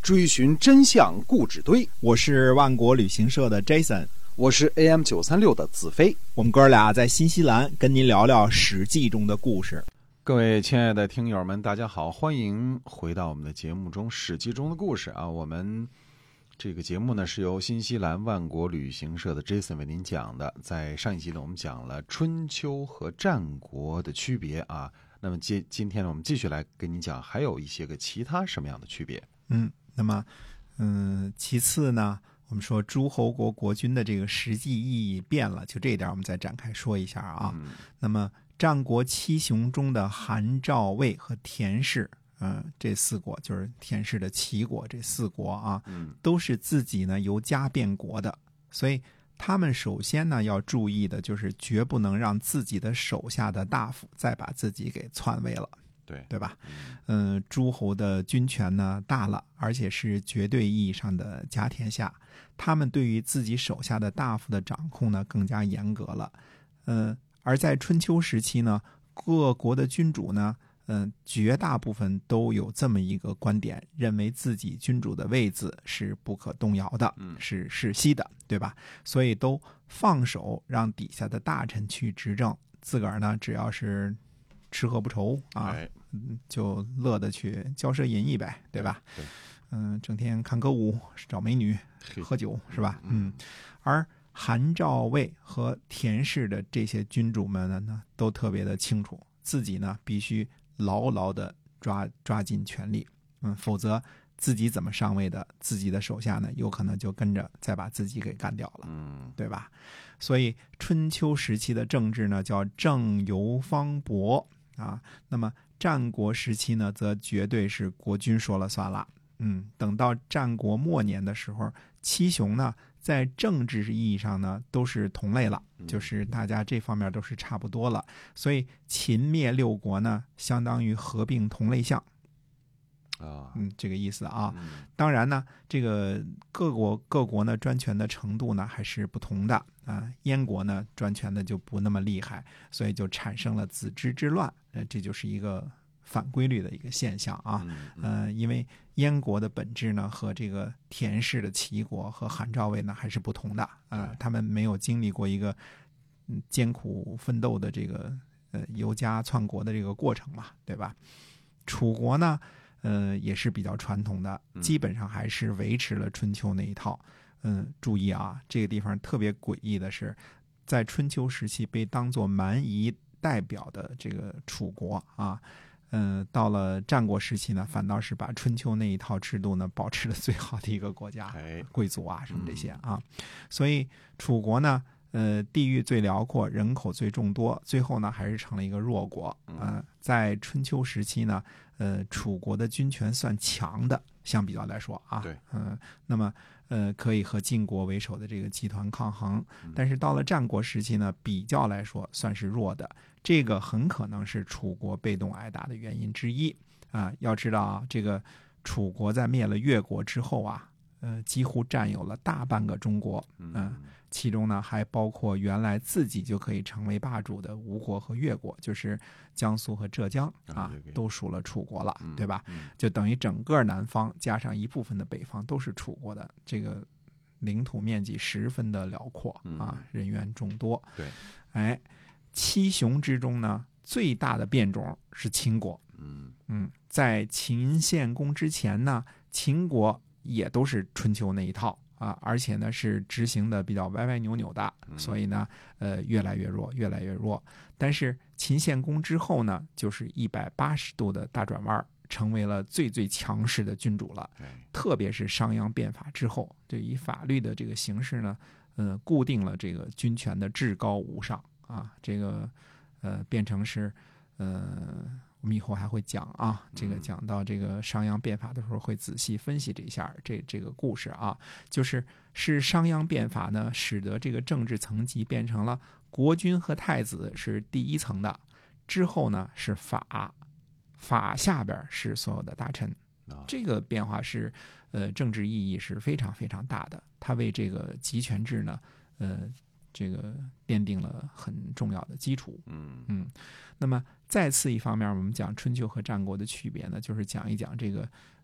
追寻真相故纸堆。 我是万国旅行社的 Jason， 我是 AM936 的子飞。 我们哥俩在新西兰跟您聊聊《史记》中的故事。 各位亲爱的听友们，大家好，欢迎回到我们的节目中《史记》中的故事啊。我们这个节目呢是由新西兰万国旅行社的 Jason 为您讲的。在上一集呢，我们讲了春秋和战国的区别啊。那么今天呢，我们继续来跟您讲，还有一些个其他什么样的区别？ 那么其次呢，我们说诸侯国国君的这个实际意义变了，就这一点我们再展开说一下啊。那么战国七雄中的韩、赵、魏和田氏，这四国就是田氏的齐国，这四国啊，都是自己呢由家变国的，所以他们首先呢要注意的就是绝不能让自己的手下的大夫再把自己给篡位了。对吧？诸侯的军权呢大了，而且是绝对意义上的家天下，他们对于自己手下的大夫的掌控呢更加严格了。而在春秋时期呢，各国的君主呢，绝大部分都有这么一个观点，认为自己君主的位子是不可动摇的，是世袭的，对吧？所以都放手让底下的大臣去执政，自个儿呢只要是吃喝不愁啊，就乐得去骄奢淫逸呗，对吧？整天看歌舞，找美女，喝酒，是吧？而韩、赵、魏和田氏的这些君主们呢，都特别的清楚，自己呢必须牢牢的抓紧权力，否则自己怎么上位的，自己的手下呢有可能就跟着再把自己给干掉了，对吧？所以春秋时期的政治呢叫政由方伯啊，那么战国时期呢则绝对是国君说了算了。等到战国末年的时候，七雄呢在政治意义上呢都是同类了，就是大家这方面都是差不多了，所以秦灭六国呢相当于合并同类项这个意思啊。当然呢，这个各国呢专权的程度呢还是不同的啊。燕国呢专权的就不那么厉害，所以就产生了子之之乱，这就是一个反规律的一个现象啊。因为燕国的本质呢和这个田氏的齐国和韩赵魏呢还是不同的他们没有经历过一个艰苦奋斗的这个由家篡国的这个过程嘛，对吧？楚国呢也是比较传统的，基本上还是维持了春秋那一套。注意啊，这个地方特别诡异的是，在春秋时期被当作蛮夷代表的这个楚国啊，到了战国时期呢，反倒是把春秋那一套制度呢保持的最好的一个国家，贵族啊什么这些啊，所以楚国呢，地域最辽阔，人口最众多，最后呢还是成了一个弱国。在春秋时期呢，楚国的军权算强的，相比较来说啊，那么可以和晋国为首的这个集团抗衡。但是到了战国时期呢，比较来说算是弱的，这个很可能是楚国被动挨打的原因之一啊。要知道啊，这个楚国在灭了越国之后啊，几乎占有了大半个中国，其中呢还包括原来自己就可以成为霸主的吴国和越国，就是江苏和浙江啊，都属了楚国了，对吧？就等于整个南方加上一部分的北方都是楚国的，这个领土面积十分的辽阔啊，人员众多。七雄之中呢，最大的变种是秦国。在秦献公之前呢，秦国也都是春秋那一套啊，而且呢是执行的比较歪歪扭扭的，所以呢越来越弱，越来越弱。但是秦献公之后呢，就是180度的大转弯，成为了最最强势的君主了。特别是商鞅变法之后，就以法律的这个形式呢，固定了这个军权的至高无上啊，这个变成是我们以后还会讲啊，这个讲到这个商鞅变法的时候会仔细分析这一下这个故事啊，就是商鞅变法呢，使得这个政治层级变成了国君和太子是第一层的，之后呢是法下边是所有的大臣。这个变化是政治意义是非常非常大的，它为这个集权制呢这个奠定了很重要的基础。那么再次一方面，我们讲春秋和战国的区别呢，就是讲一讲这个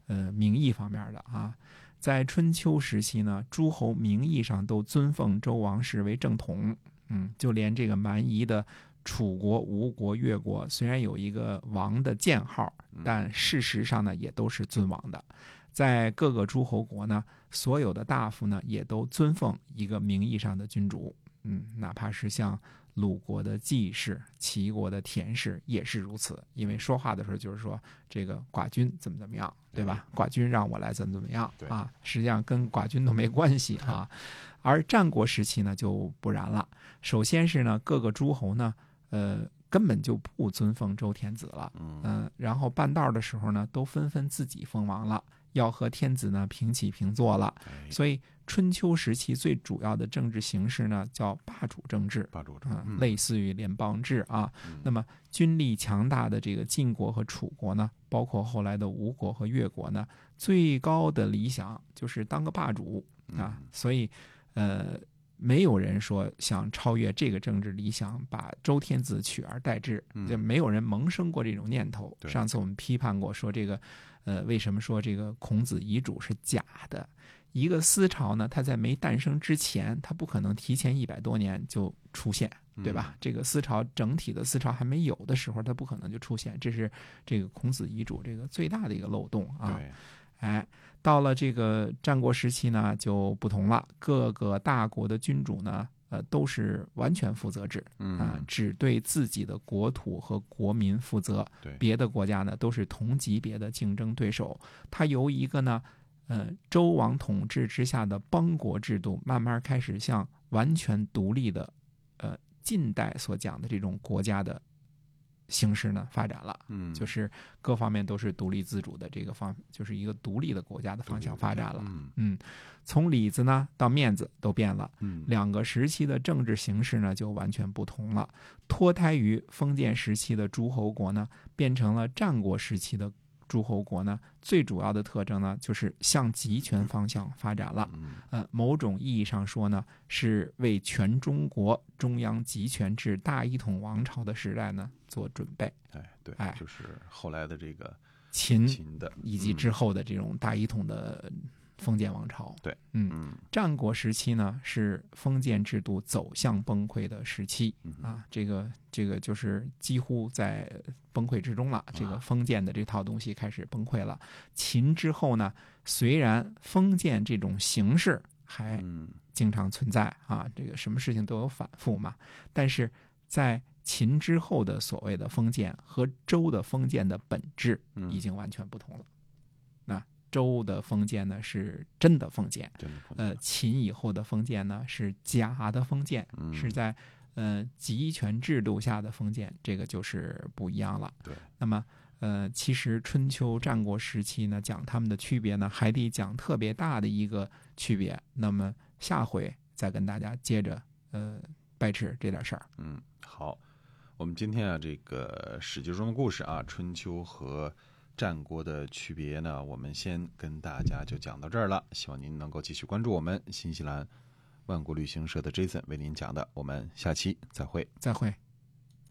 名义方面的啊。在春秋时期呢，诸侯名义上都尊奉周王室为正统，就连这个蛮夷的楚国、吴国、越国，虽然有一个王的建号，但事实上呢，也都是尊王的。在各个诸侯国呢，所有的大夫呢，也都尊奉一个名义上的君主，哪怕是像鲁国的季氏、齐国的田氏也是如此，因为说话的时候就是说这个寡君怎么怎么样，对吧？寡君让我来怎么怎么样啊，实际上跟寡君都没关系啊。而战国时期呢就不然了，首先是呢各个诸侯呢，根本就不尊奉周天子了，然后半道的时候呢，都纷纷自己封王了，要和天子呢平起平坐了，所以春秋时期最主要的政治形式呢，叫霸主政治，类似于联邦制啊。那么军力强大的这个晋国和楚国呢，包括后来的吴国和越国呢，最高的理想就是当个霸主啊。所以没有人说想超越这个政治理想，把周天子取而代之，就没有人萌生过这种念头。上次我们批判过，说这个为什么说这个孔子遗嘱是假的？一个思潮呢，它在没诞生之前，它不可能提前100多年就出现，对吧？这个思潮整体的思潮还没有的时候，它不可能就出现，这是这个孔子遗嘱这个最大的一个漏洞啊。到了这个战国时期呢，就不同了，各个大国的君主呢，都是完全负责制，只对自己的国土和国民负责，别的国家呢都是同级别的竞争对手。它由一个呢，周王统治之下的邦国制度，慢慢开始向完全独立的，近代所讲的这种国家的形式呢发展了，就是各方面都是独立自主的这个就是一个独立的国家的方向发展了。从里子呢到面子都变了，两个时期的政治形式呢就完全不同了。脱胎于封建时期的诸侯国呢，变成了战国时期的诸侯国呢，最主要的特征呢，就是向集权方向发展了。某种意义上说呢，是为全中国中央集权制大一统王朝的时代呢做准备。 就是后来的这个秦的， 以及之后的这种大一统的封建王朝。战国时期呢是封建制度走向崩溃的时期啊，这个就是几乎在崩溃之中了，这个封建的这套东西开始崩溃了。秦之后呢，虽然封建这种形式还经常存在啊，这个什么事情都有反复嘛，但是在秦之后的所谓的封建和周的封建的本质已经完全不同了。周的封建呢是真的封建，秦以后的封建呢是假的封建，是在集权制度下的封建，这个就是不一样了。那么其实春秋战国时期呢，讲他们的区别呢，还得讲特别大的一个区别。那么下回再跟大家接着掰扯这点事儿。 好，我们今天这个史记中的故事啊，春秋和战国的区别呢，我们先跟大家就讲到这儿了。希望您能够继续关注我们新西兰万国旅行社的 Jason 为您讲的，我们下期再会。